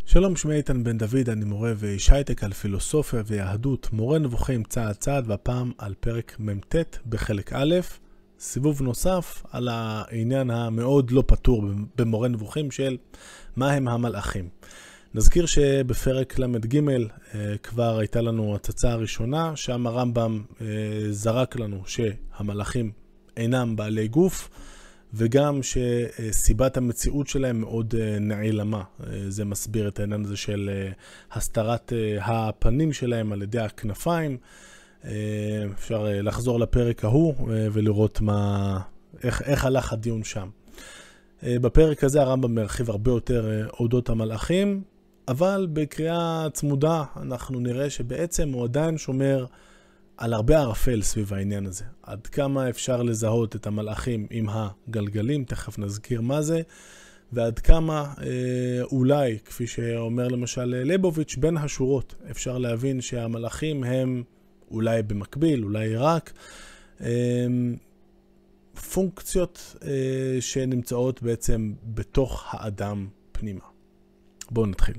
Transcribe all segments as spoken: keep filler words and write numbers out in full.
שלום, שמי איתן בן דוד, אני מורה ואיש הייטק על פילוסופיה ויהדות, מורה נבוכים צעד צעד, והפעם על פרק מ"ט בחלק א', סיבוב נוסף על העניין המאוד לא פתור במורה נבוכים של מה הם המלאכים. נזכיר שבפרק למ"ג כבר הייתה לנו הצצה הראשונה, שם הרמב"ם זרק לנו שהמלאכים אינם בעלי גוף, וגם שסיבת המציאות שלהם מאוד נעלמה. זה מסביר את העניין הזה של הסתרת הפנים שלהם על ידי הכנפיים. אפשר לחזור לפרק ההוא ולראות מה, איך, איך הלך הדיון שם. בפרק הזה הרמב"ם מרחיב הרבה יותר אודות המלאכים, אבל בקריאה צמודה אנחנו נראה שבעצם הוא עדיין שומר על הרבה ערפל סביב העניין הזה. עד כמה אפשר לזהות את המלאכים עם הגלגלים, תכף נזכיר מה זה, ועד כמה אה, אולי, כפי שאומר למשל ליבוביץ', בין השורות אפשר להבין שהמלאכים הם אולי במקביל, אולי רק, אה, פונקציות אה, שנמצאות בעצם בתוך האדם פנימה. בואו נתחיל.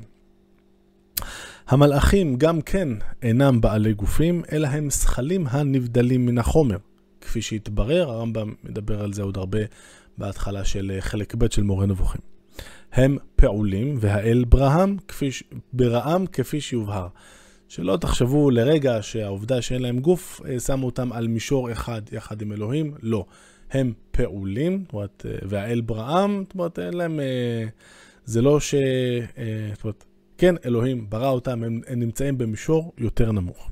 המלאכים גם כן אינם בעלי גופים, אלא הם שכלים הנבדלים מן החומר. כפי שהתברר, הרמב"ם מדבר על זה עוד הרבה בהתחלה של חלק ב' של מורה נבוכים. הם פעולים, והאל ברעם כפי, ברעם כפי שיובהר. שלא תחשבו לרגע שהעובדה שאין להם גוף, שמו אותם על מישור אחד יחד עם אלוהים. לא. הם פעולים, והאל ברעם, זאת אומרת, אין להם, זה לא ש... זאת אומרת, כן, אלוהים ברא אותם, הם, הם נמצאים במישור יותר נמוך.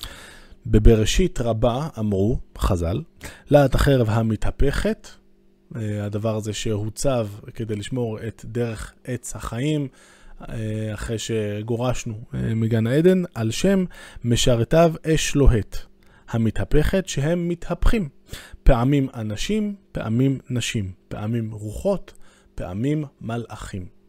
בבראשית רבה אמרו, חז"ל, לעת החרב המתהפכת, הדבר הזה שהוצב כדי לשמור את דרך עץ החיים, אחרי שגורשנו מגן העדן, על שם משרתיו אש לוהט, המתהפכת שהם מתהפכים. פעמים אנשים, פעמים נשים, פעמים רוחות, פעמים מלאכים.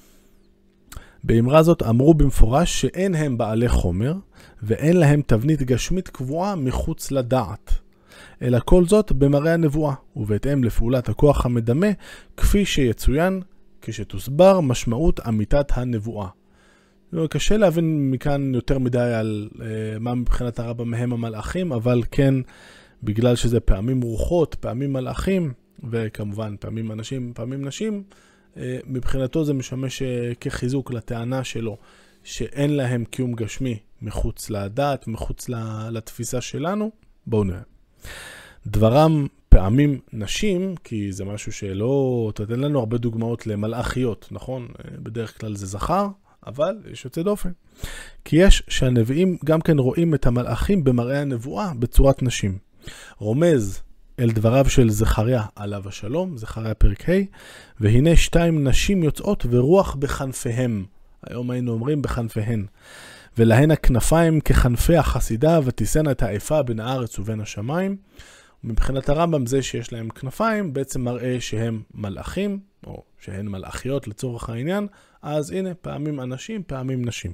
באמרה זאת אמרו במפורש שאין הם בעלי חומר, ואין להם תבנית גשמית קבועה מחוץ לדעת. אלא כל זאת במראה הנבואה, ובהתאם לפעולת הכוח המדמה, כפי שיצוין כשתוסבר משמעות אמיתת הנבואה. קשה להבין מכאן יותר מדי על uh, מה מבחינת הרמב"ם הם המלאכים, אבל כן, בגלל שזה פעמים רוחות, פעמים מלאכים, וכמובן פעמים אנשים, פעמים נשים, מבחינתו זה משמש כחיזוק לטענה שלו, שאין להם קיום גשמי מחוץ לדעת, מחוץ לתפיסה שלנו. בואו נראה. דברם פעמים נשים, כי זה משהו שלא, תתן לנו הרבה דוגמאות למלאכיות, נכון? בדרך כלל זה זכר, אבל יש יוצא דופן. כי יש שהנביאים גם כן רואים את המלאכים במראה הנבואה בצורת נשים. רומז אל דבריו של זכריה עליו השלום, זכריה פרק ה', והנה שתיים נשים יוצאות ורוח בכנפיהם. היום היינו אומרים בכנפיהן. ולהן הכנפיים ככנפי החסידה, ותיסנה את האיפה בין הארץ ובין השמיים. ומבחינת הרמב"ם זה שיש להם כנפיים, בעצם מראה שהם מלאכים, או שהן מלאכיות לצורך העניין, אז הנה פעמים אנשים, פעמים נשים.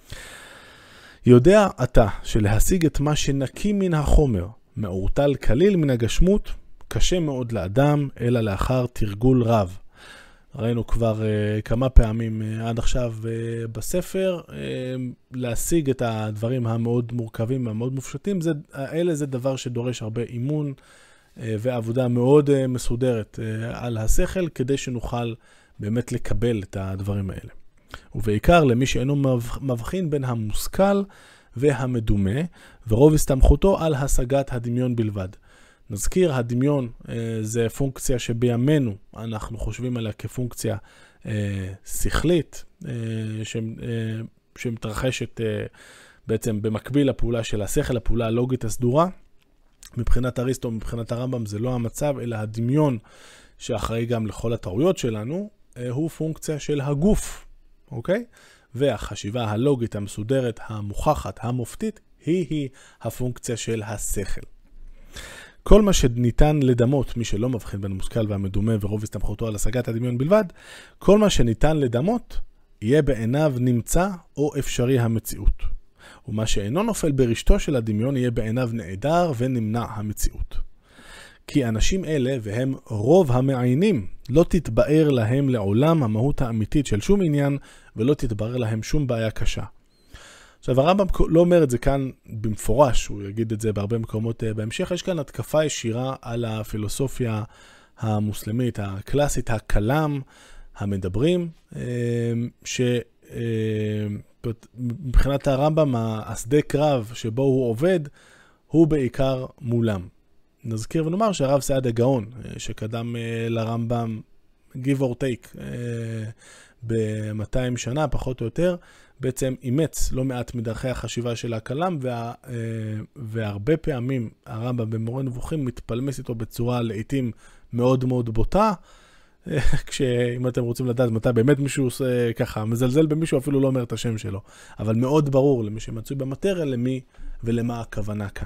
יודע אתה שלהשיג את מה שנקי מן החומר, מעורטל כליל מן הגשמות, קשה מאוד לאדם, אלא לאחר תרגול רב. ראינו כבר uh, כמה פעמים uh, עד עכשיו uh, בספר, uh, להשיג את הדברים המאוד מורכבים והמאוד מופשטים, זה, אלה זה דבר שדורש הרבה אימון uh, ועבודה מאוד uh, מסודרת uh, על השכל, כדי שנוכל באמת לקבל את הדברים האלה. ובעיקר למי שאינו מבחין בין המושכל והמדומה, ורוב הסתמכותו על השגת הדמיון בלבד. נזכיר, הדמיון אה, זה פונקציה שבימינו אנחנו חושבים עליה כפונקציה אה, שכלית, אה, ש, אה, שמתרחשת אה, בעצם במקביל לפעולה של השכל, הפעולה הלוגית הסדורה. מבחינת אריסטו, מבחינת הרמב"ם זה לא המצב, אלא הדמיון שאחראי גם לכל הטעויות שלנו, אה, הוא פונקציה של הגוף, אוקיי? והחשיבה הלוגית, המסודרת, המוכחת, המופתית, היא-היא הפונקציה של השכל. כל מה שניתן לדמות, מי שלא מבחין בין המושכל והמדומה ורוב הסתמכותו על השגת הדמיון בלבד, כל מה שניתן לדמות יהיה בעיניו נמצא או אפשרי המציאות. ומה שאינו נופל ברשתו של הדמיון יהיה בעיניו נעדר ונמנע המציאות. כי אנשים אלה, והם רוב המעיינים, לא תתבאר להם לעולם המהות האמיתית של שום עניין, ולא תתברר להם שום בעיה קשה. עכשיו, הרמב"ם לא אומר את זה כאן במפורש, הוא יגיד את זה בהרבה מקומות בהמשך. יש כאן התקפה ישירה על הפילוסופיה המוסלמית הקלאסית, הכלם, המדברים, שמבחינת הרמב"ם, השדה קרב שבו הוא עובד, הוא בעיקר מולם. נזכיר ונאמר שהרב סעדיה גאון, שקדם לרמב"ם, give or take, ב-מאתיים שנה, פחות או יותר, בעצם אימץ לא מעט מדרכי החשיבה של הכלם, וה, והרבה פעמים הרמב"ם במורה נבוכים מתפלמס איתו בצורה לעתים מאוד מאוד בוטה, כשאם אתם רוצים לדעת מתי באמת מישהו עושה ככה, מזלזל במישהו, אפילו לא אומר את השם שלו, אבל מאוד ברור למי שמצוי במטריה, למי ולמה הכוונה כאן.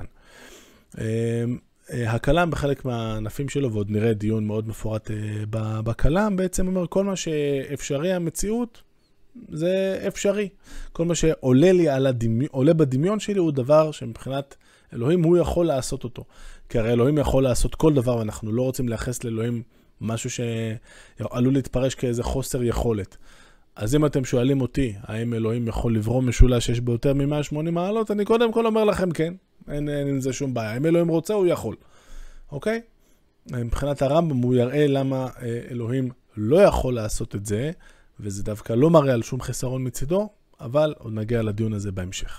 הכלם בחלק מהענפים שלו, ועוד נראה דיון מאוד מפורט בכלם, בעצם אומר כל מה שאפשרי המציאות, זה אפשרי. כל מה שעולה לי על הדמיון, עולה בדמיון שלי הוא דבר שמבחינת אלוהים הוא יכול לעשות אותו. כי הרי אלוהים יכול לעשות כל דבר, ואנחנו לא רוצים לייחס לאלוהים משהו שעלול להתפרש כאיזה חוסר יכולת. אז אם אתם שואלים אותי, האם אלוהים יכול לברום משולש שיש בו יותר מ-מאה ושמונים מעלות, אני קודם כל אומר לכם כן. אין, אין עם זה שום בעיה. אם אלוהים רוצה, הוא יכול. אוקיי? מבחינת הרמב"ם הוא יראה למה אלוהים לא יכול לעשות את זה, וזה דווקא לא מראה על שום חסרון מצידו, אבל עוד נגיע לדיון הזה בהמשך.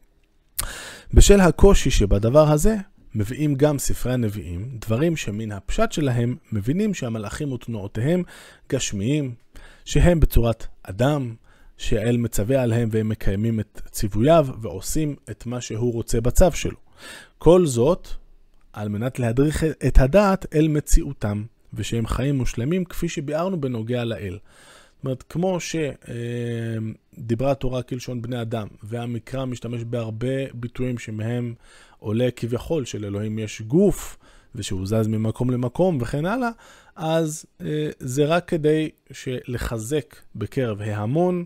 בשל הקושי שבדבר הזה, מביאים גם ספרי הנביאים, דברים שמן הפשט שלהם מבינים שהמלאכים ותנועותיהם גשמיים, שהם בצורת אדם, שהאל מצווה עליהם והם מקיימים את ציווייו ועושים את מה שהוא רוצה בצו שלו. כל זאת על מנת להדריך את הדעת אל מציאותם, ושהם חיים מושלמים כפי שביארנו בנוגע לאל. זאת אומרת, כמו שדיברה התורה כלשון בני אדם, והמקרא משתמש בהרבה ביטויים שמהם עולה כביכול של אלוהים יש גוף, ושהוא זז ממקום למקום וכן הלאה, אז זה רק כדי לחזק בקרב ההמון,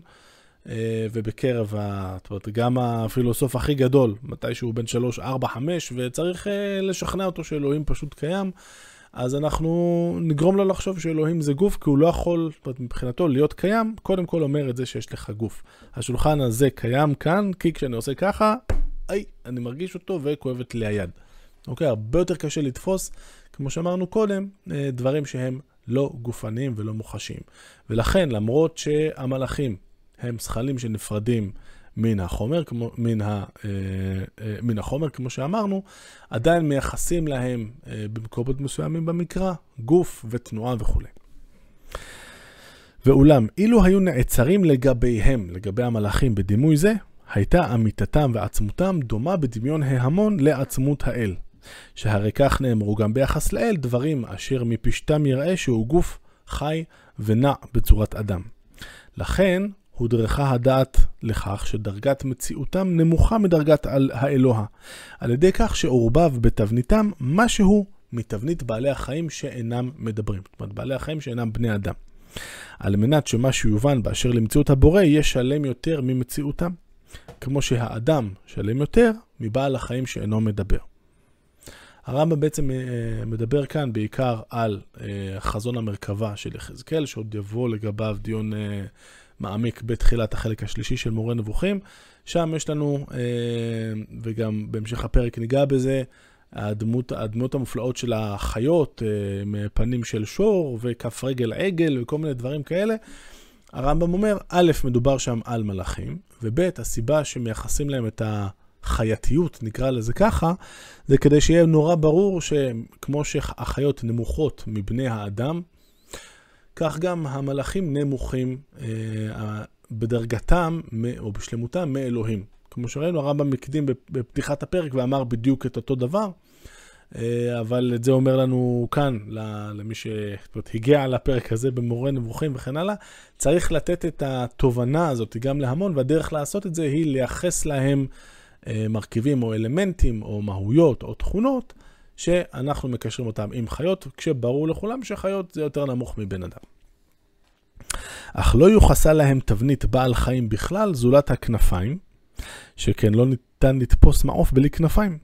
ובקרב גם הפילוסוף הכי גדול, מתי שהוא בין שלוש, ארבע, חמש, וצריך לשכנע אותו שאלוהים פשוט קיים, אז אנחנו נגרום לו לחשוב שאלוהים זה גוף, כי הוא לא יכול מבחינתו להיות קיים, קודם כל אומר את זה שיש לך גוף. השולחן הזה קיים כאן, כי כשאני עושה ככה, איי, אני מרגיש אותו וכואבת לי היד. אוקיי, הרבה יותר קשה לתפוס, כמו שאמרנו קודם, דברים שהם לא גופניים ולא מוחשיים. ולכן, למרות שהמלאכים הם שכלים שנפרדים מן החומר, כמו, מן, ה, מן החומר, כמו שאמרנו, עדיין מייחסים להם במקומות מסוימים במקרא, גוף ותנועה וכו'. ואולם, אילו היו נעצרים לגביהם, לגבי המלאכים בדימוי זה, הייתה אמיתתם ועצמותם דומה בדמיון ההמון לעצמות האל. שהרי כך נאמרו גם ביחס לאל דברים אשר מפשטם יראה שהוא גוף חי ונע בצורת אדם. לכן הודרכה הדעת לכך שדרגת מציאותם נמוכה מדרגת האלוה, על ידי כך שעורבב בתבניתם משהו מתבנית בעלי החיים שאינם מדברים. זאת אומרת, בעלי החיים שאינם בני אדם. על מנת שמה שיובן באשר למציאות הבורא יהיה שלם יותר ממציאותם. כמו שהאדם שלם יותר מבעל החיים שאינו מדבר. הרמב"ם בעצם מדבר כאן בעיקר על חזון המרכבה של יחזקאל, שעוד יבוא לגביו דיון מעמיק בתחילת החלק השלישי של מורה נבוכים. שם יש לנו, וגם בהמשך הפרק ניגע בזה, הדמות, הדמות המופלאות של החיות, מפנים של שור וכף רגל עגל וכל מיני דברים כאלה. הרמב"ם אומר, א', מדובר שם על מלאכים, וב', הסיבה שמייחסים להם את החייתיות, נקרא לזה ככה, זה כדי שיהיה נורא ברור שכמו שהחיות נמוכות מבני האדם, כך גם המלאכים נמוכים אה, בדרגתם או בשלמותם מאלוהים. כמו שראינו, הרמב"ם מקדים בפתיחת הפרק ואמר בדיוק את אותו דבר, אבל את זה אומר לנו כאן, למי שהגיע לפרק הזה במורה נבוכים וכן הלאה, צריך לתת את התובנה הזאת גם להמון, והדרך לעשות את זה היא לייחס להם מרכיבים או אלמנטים או מהויות או תכונות, שאנחנו מקשרים אותם עם חיות, כשברור לכולם שחיות זה יותר נמוך מבן אדם. אך לא יוחסה להם תבנית בעל חיים בכלל, זולת הכנפיים, שכן לא ניתן לתפוס מעוף בלי כנפיים.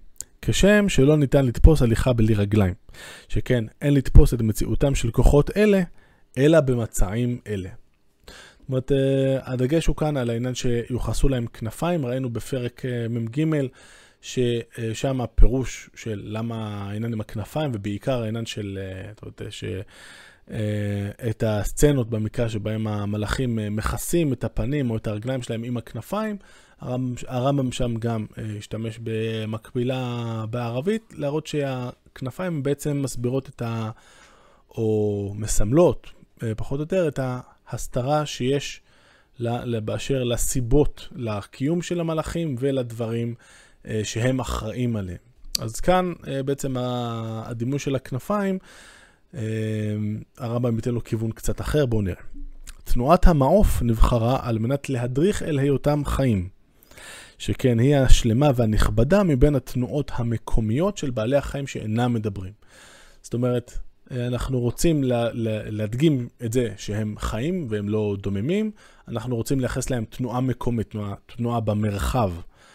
כשם שלא ניתן לתפוס הליכה בלי רגליים, שכן אין לתפוס את מציאותם של כוחות אלה, אלא במצעים אלה. זאת אומרת, הדגש הוא כאן על העניין שיוחסו להם כנפיים, ראינו בפרק מ"ג, ששם הפירוש של למה העניין עם הכנפיים, ובעיקר העניין של, אתה יודע, ש... את הסצנות במקרה שבהם המלאכים מכסים את הפנים או את הרגליים שלהם עם הכנפיים, הרמב"ם שם גם השתמש במקבילה בערבית, להראות שהכנפיים בעצם מסבירות את ה... או מסמלות, פחות או יותר, את ההסתרה שיש באשר לסיבות, לקיום של המלאכים ולדברים שהם אחראים עליהם. אז כאן בעצם הדימוי של הכנפיים, הרמב"ם ייתן לו כיוון קצת אחר, בואו נראה. תנועת המעוף נבחרה על מנת להדריך אל היותם חיים, שכן היא השלמה והנכבדה מבין התנועות המקומיות של בעלי החיים שאינם מדברים. זאת אומרת, אנחנו רוצים להדגים את זה שהם חיים והם לא דוממים, אנחנו רוצים לייחס להם תנועה מקומית, תנועה, תנועה במרחב.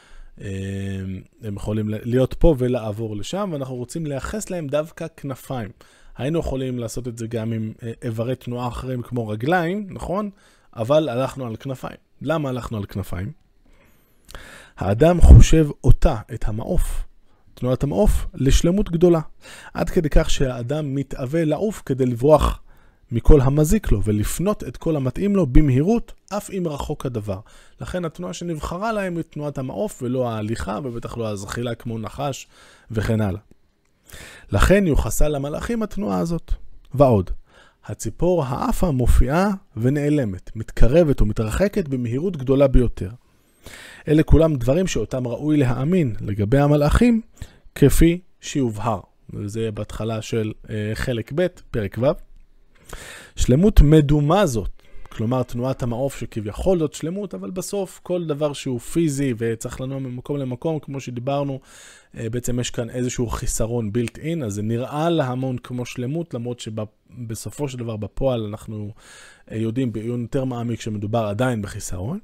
הם יכולים להיות פה ולעבור לשם, ואנחנו רוצים לייחס להם דווקא כנפיים. היינו יכולים לעשות את זה גם עם איברי תנועה אחרים כמו רגליים, נכון? אבל הלכנו על כנפיים. למה הלכנו על כנפיים? האדם חושב אותה, את המעוף, תנועת המעוף, לשלמות גדולה. עד כדי כך שהאדם מתאווה לעוף כדי לברוח מכל המזיק לו, ולפנות את כל המתאים לו במהירות, אף אם רחוק הדבר. לכן התנועה שנבחרה להם היא תנועת המעוף, ולא ההליכה, ובטח לא הזחילה כמו נחש וכן הלאה. לכן יוחסה למלאכים התנועה הזאת. ועוד, הציפור העפה מופיעה ונעלמת, מתקרבת ומתרחקת במהירות גדולה ביותר. אלה כולם דברים שאותם ראוי להאמין לגבי המלאכים, כפי שיובהר. וזה בהתחלה של חלק ב' פרק ו'. שלמות מדומה זאת, כלומר תנועת המעוף שכביכול זאת שלמות, אבל בסוף כל דבר שהוא פיזי וצריך לנוע ממקום למקום, כמו שדיברנו, בעצם יש כאן איזשהו חיסרון בילט אין, אז זה נראה להמון כמו שלמות, למרות שבסופו של דבר בפועל אנחנו יודעים בעיון יותר מעמיק שמדובר עדיין בחיסרון.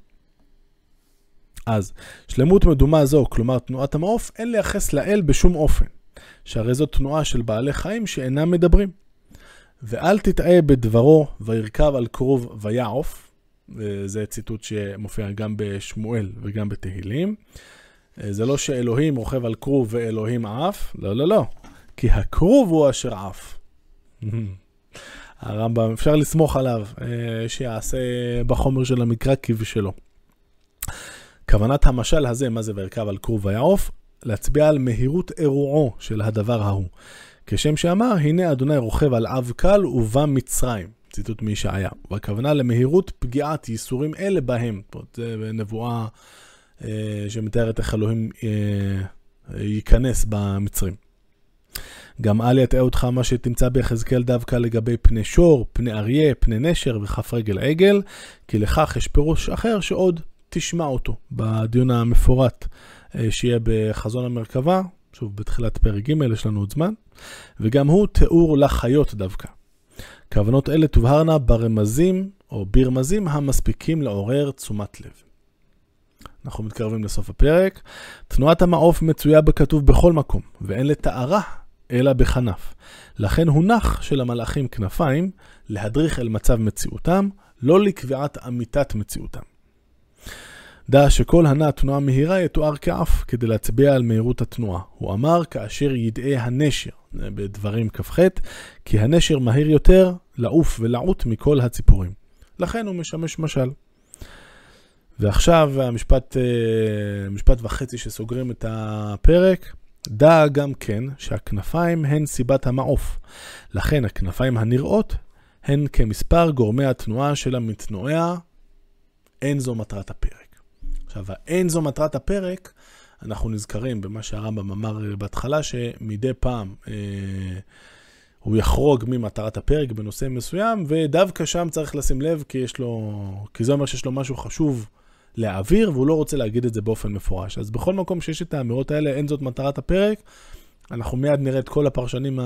אז שלמות מדומה זו, כלומר תנועת המעוף, אין לייחס לאל בשום אופן, שהרי זו תנועה של בעלי חיים שאינם מדברים. ואל תטעה בדברו וירכב על כרוב ויעוף, זה ציטוט שמופיע גם בשמואל וגם בתהילים. זה לא שאלוהים רוכב על כרוב ואלוהים עף, לא לא לא, כי הכרוב הוא אשר עף. הרמב"ם אפשר לסמוך עליו שיעשה בחומר של המקרא כבשלו. כוונת המשל הזה, מה זה וירכב על כרוב ויעוף? להצביע על מהירות אירועו של הדבר ההוא. כשם שאמר, הנה אדוני רוכב על עב קל ובא מצרים. ציטוט מישעיה. והכוונה למהירות פגיעת ייסורים אלה בהם. זה נבואה אה, שמתארת איך אלוהים אה, ייכנס במצרים. גם אל יטעה אותך מה שתמצא ביחזקאל דווקא לגבי פני שור, פני אריה, פני נשר וכף רגל עגל, כי לכך יש פירוש אחר שעוד תשמע אותו בדיון המפורט אה, שיהיה בחזון המרכבה. שוב, בתחילת פרק ג' יש לנו עוד זמן, וגם הוא תיאור לחיות דווקא. כוונות אלה תובהרנה ברמזים או ברמזים המספיקים לעורר תשומת לב. אנחנו מתקרבים לסוף הפרק. תנועת המעוף מצויה בכתוב בכל מקום, ואין לתארה אלא בכנף. לכן הונח של המלאכים כנפיים להדריך אל מצב מציאותם, לא לקביעת אמיתת מציאותם. דע שכל הנע תנועה מהירה יתואר כאף כדי להצביע על מהירות התנועה. הוא אמר כאשר ידעי הנשר, בדברים כ"ח, כי הנשר מהיר יותר לעוף ולעוט מכל הציפורים. לכן הוא משמש משל. ועכשיו המשפט משפט וחצי שסוגרים את הפרק, דע גם כן שהכנפיים הן סיבת המעוף. לכן הכנפיים הנראות הן כמספר גורמי התנועה של המתנועע. אין זו מטרת הפרק. עכשיו, אין זו מטרת הפרק, אנחנו נזכרים במה שהרמב"ם אמר בהתחלה, שמדי פעם אה, הוא יחרוג ממטרת הפרק בנושא מסוים, ודווקא שם צריך לשים לב, כי, יש לו, כי זה אומר שיש לו משהו חשוב להעביר, והוא לא רוצה להגיד את זה באופן מפורש. אז בכל מקום שיש את האמירות האלה, אין זאת מטרת הפרק, אנחנו מיד נראה את כל הפרשנים,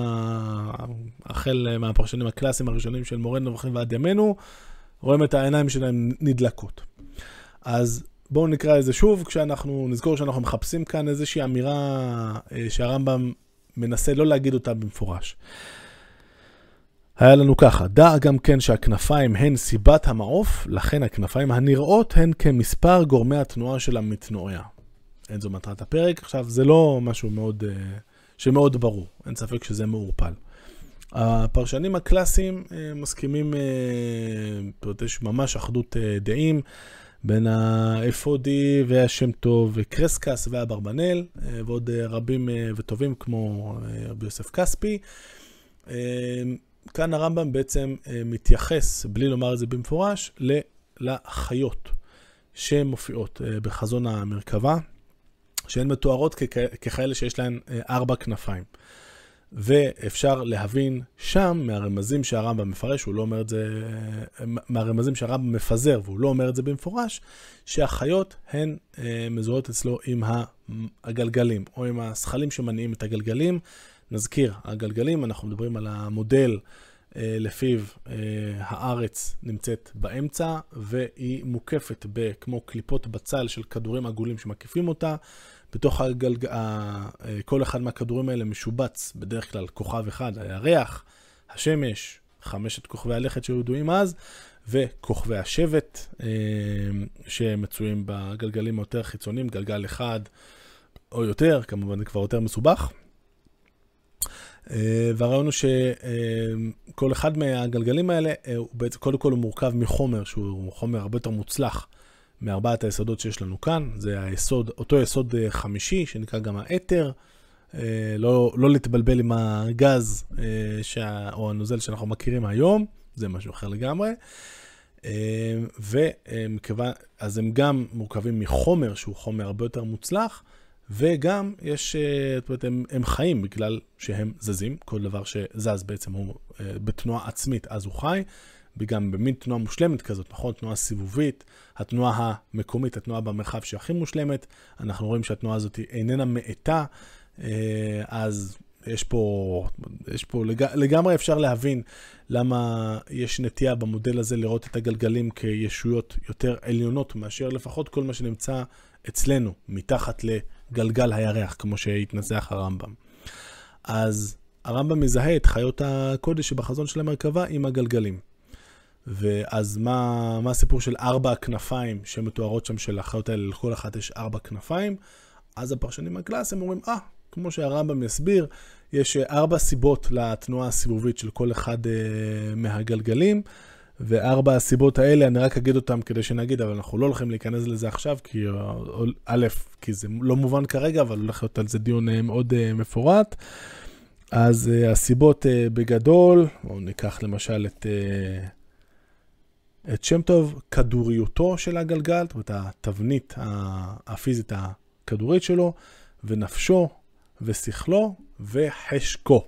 החל מהפרשנים הקלאסיים הראשונים של מורה נבוכים ועד ימינו, רואים את העיניים שלהם נדלקות. אז בואו נקרא את זה שוב, כשאנחנו נזכור שאנחנו מחפשים כאן איזושהי אמירה שהרמב"ם מנסה לא להגיד אותה במפורש. היה לנו ככה, דע גם כן שהכנפיים הן סיבת המעוף, לכן הכנפיים הנראות הן כמספר גורמי התנועה של המתנועע. אין זו מטרת הפרק. עכשיו, זה לא משהו מאוד, שמאוד ברור, אין ספק שזה מעורפל. הפרשנים הקלאסיים מסכימים, יש ממש אחדות דעים, בין האפודי והשם טוב וקרסקס והברבנאל, ועוד רבים וטובים כמו רבי יוסף כספי. כאן הרמב"ם בעצם מתייחס, בלי לומר את זה במפורש, לחיות שמופיעות בחזון המרכבה, שהן מתוארות ככאלה שיש להן ארבע כנפיים. ואפשר להבין שם מהרמזים שהרמב"ם מפרש, הוא לא אומר את זה, מהרמזים שהרמב"ם מפזר, והוא לא אומר את זה במפורש, שהחיות הן מזוהות אצלו עם הגלגלים, או עם השכלים שמניעים את הגלגלים. נזכיר, הגלגלים, אנחנו מדברים על המודל לפיו הארץ נמצאת באמצע, והיא מוקפת כמו קליפות בצל של כדורים עגולים שמקיפים אותה. בתוך הגלג... כל אחד מהכדורים האלה משובץ בדרך כלל כוכב אחד, הירח, השמש, חמשת כוכבי הלכת שידועים אז, וכוכבי השבט שמצויים בגלגלים היותר חיצוניים, גלגל אחד או יותר, כמובן כבר יותר מסובך. והרעיון הוא שכל אחד מהגלגלים האלה, הוא בעצם, קודם כל הוא מורכב מחומר, שהוא חומר הרבה יותר מוצלח מארבעת היסודות שיש לנו כאן. זה היסוד, אותו יסוד חמישי, שנקרא גם האתר, לא, לא להתבלבל עם הגז שה, או הנוזל שאנחנו מכירים היום, זה משהו אחר לגמרי. ומכיוון, אז הם גם מורכבים מחומר, שהוא חומר הרבה יותר מוצלח, וגם יש, זאת אומרת, הם, הם חיים בגלל שהם זזים. כל דבר שזז בעצם הוא בתנועה עצמית, אז הוא חי, וגם במין תנועה מושלמת כזאת, נכון? תנועה סיבובית, התנועה המקומית, התנועה במרחב שהכי מושלמת. אנחנו רואים שהתנועה הזאת איננה מאטה, אז יש פה, יש פה לג... לגמרי אפשר להבין למה יש נטייה במודל הזה לראות את הגלגלים כישויות יותר עליונות, מאשר לפחות כל מה שנמצא אצלנו, מתחת לגלגל הירח, כמו שהתנסח הרמב"ם. אז הרמב"ם מזהה את חיות הקודש שבחזון של המרכבה עם הגלגלים. ואז מה, מה הסיפור של ארבע הכנפיים שמתוארות שם של החיות האלה, לכל אחת יש ארבע כנפיים? אז הפרשנים הקלאסיים אומרים, אה, כמו שהרמב"ם יסביר, יש ארבע סיבות לתנועה הסיבובית של כל אחד אה, מהגלגלים, וארבע הסיבות האלה, אני רק אגיד אותם כדי שנגיד, אבל אנחנו לא הולכים להיכנס לזה עכשיו, כי א', כי זה לא מובן כרגע, אבל הולך להיות על זה דיון אה, מאוד אה, מפורט. אז אה, הסיבות אה, בגדול, או ניקח למשל את... אה, את שם טוב, כדוריותו של הגלגל, זאת אומרת, התבנית הפיזית הכדורית שלו, ונפשו, ושכלו, וחשקו.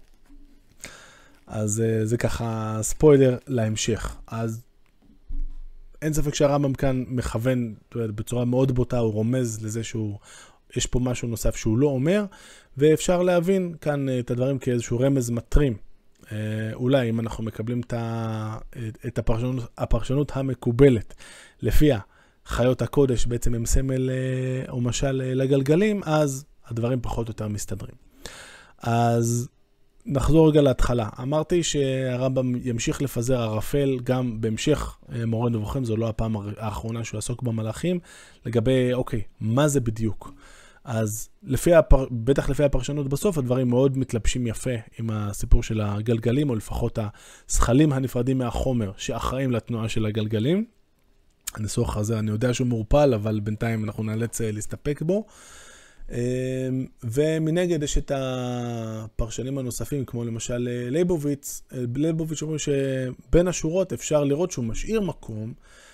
אז זה ככה ספוילר להמשך. אז אין ספק שהרמב"ם כאן מכוון, בצורה מאוד בוטה, הוא רומז לזה שהוא, יש פה משהו נוסף שהוא לא אומר, ואפשר להבין כאן את הדברים כאיזשהו רמז מטרים. אולי אם אנחנו מקבלים את הפרשנות, הפרשנות המקובלת, לפיה חיות הקודש בעצם הם סמל או משל לגלגלים, אז הדברים פחות או יותר מסתדרים. אז נחזור רגע להתחלה. אמרתי שהרמב"ם ימשיך לפזר ערפל גם בהמשך מורה נבוכים, זו לא הפעם האחרונה שהוא עסוק במלאכים, לגבי, אוקיי, מה זה בדיוק? אז לפי הפר... בטח לפי הפרשנות בסוף, הדברים מאוד מתלבשים יפה עם הסיפור של הגלגלים, או לפחות השכלים הנפרדים מהחומר שאחראים לתנועה של הגלגלים. הניסוח הזה, אני יודע שהוא מעורפל, אבל בינתיים אנחנו נאלץ להסתפק בו. ומנגד יש את הפרשנים הנוספים, כמו למשל ליבוביץ. ליבוביץ אומרים שבין השורות אפשר לראות שהוא משאיר מקום,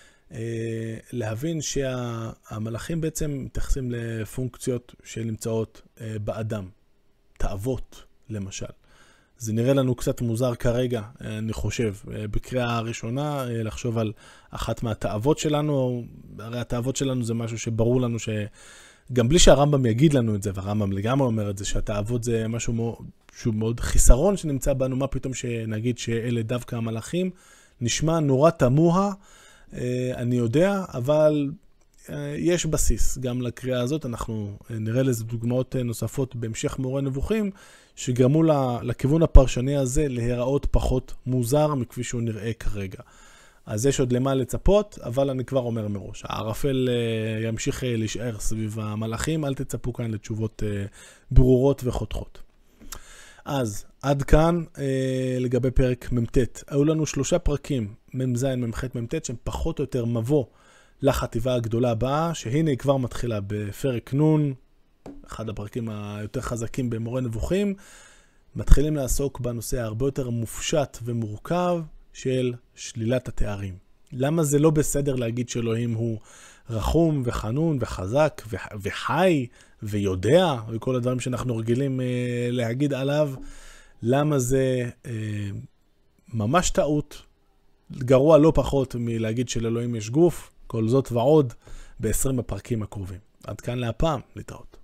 להבין שהמלאכים בעצם מתייחסים לפונקציות שנמצאות באדם, תאוות למשל. זה נראה לנו קצת מוזר כרגע, אני חושב, בקריאה הראשונה, לחשוב על אחת מהתאוות שלנו. הרי התאוות שלנו זה משהו שברור לנו שגם בלי שהרמב"ם יגיד לנו את זה, והרמב"ם לגמרי אומר את זה, שהתאוות זה משהו מאוד, שהוא מאוד חיסרון שנמצא בנו, מה פתאום שנגיד שאלה דווקא המלאכים, נשמע נורא תמוה, אני יודע, אבל יש בסיס גם לקריאה הזאת, אנחנו נראה לזה דוגמאות נוספות בהמשך מורה נבוכים, שגרמו לכיוון הפרשני הזה להיראות פחות מוזר מכפי שהוא נראה כרגע. אז יש עוד למה לצפות, אבל אני כבר אומר מראש, הערפל ימשיך להישאר סביב המלאכים, אל תצפו כאן לתשובות ברורות וחותכות. אז עד כאן אה, לגבי פרק ממתת. היו לנו שלושה פרקים, ממז, ממח, ממתת, שהם פחות או יותר מבוא לחטיבה הגדולה הבאה, שהנה היא כבר מתחילה בפרק נון, אחד הפרקים היותר חזקים במורה נבוכים, מתחילים לעסוק בנושא הרבה יותר מופשט ומורכב של שלילת התארים. למה זה לא בסדר להגיד שאלוהים הוא רחום וחנון וחזק וחי ויודע וכל הדברים שאנחנו רגילים אה, להגיד עליו? למה זה אה, ממש טעות, גרוע לא פחות מלהגיד שלאלוהים יש גוף, כל זאת ועוד ב-עשרים הפרקים הקרובים. עד כאן להפעם, להתראות.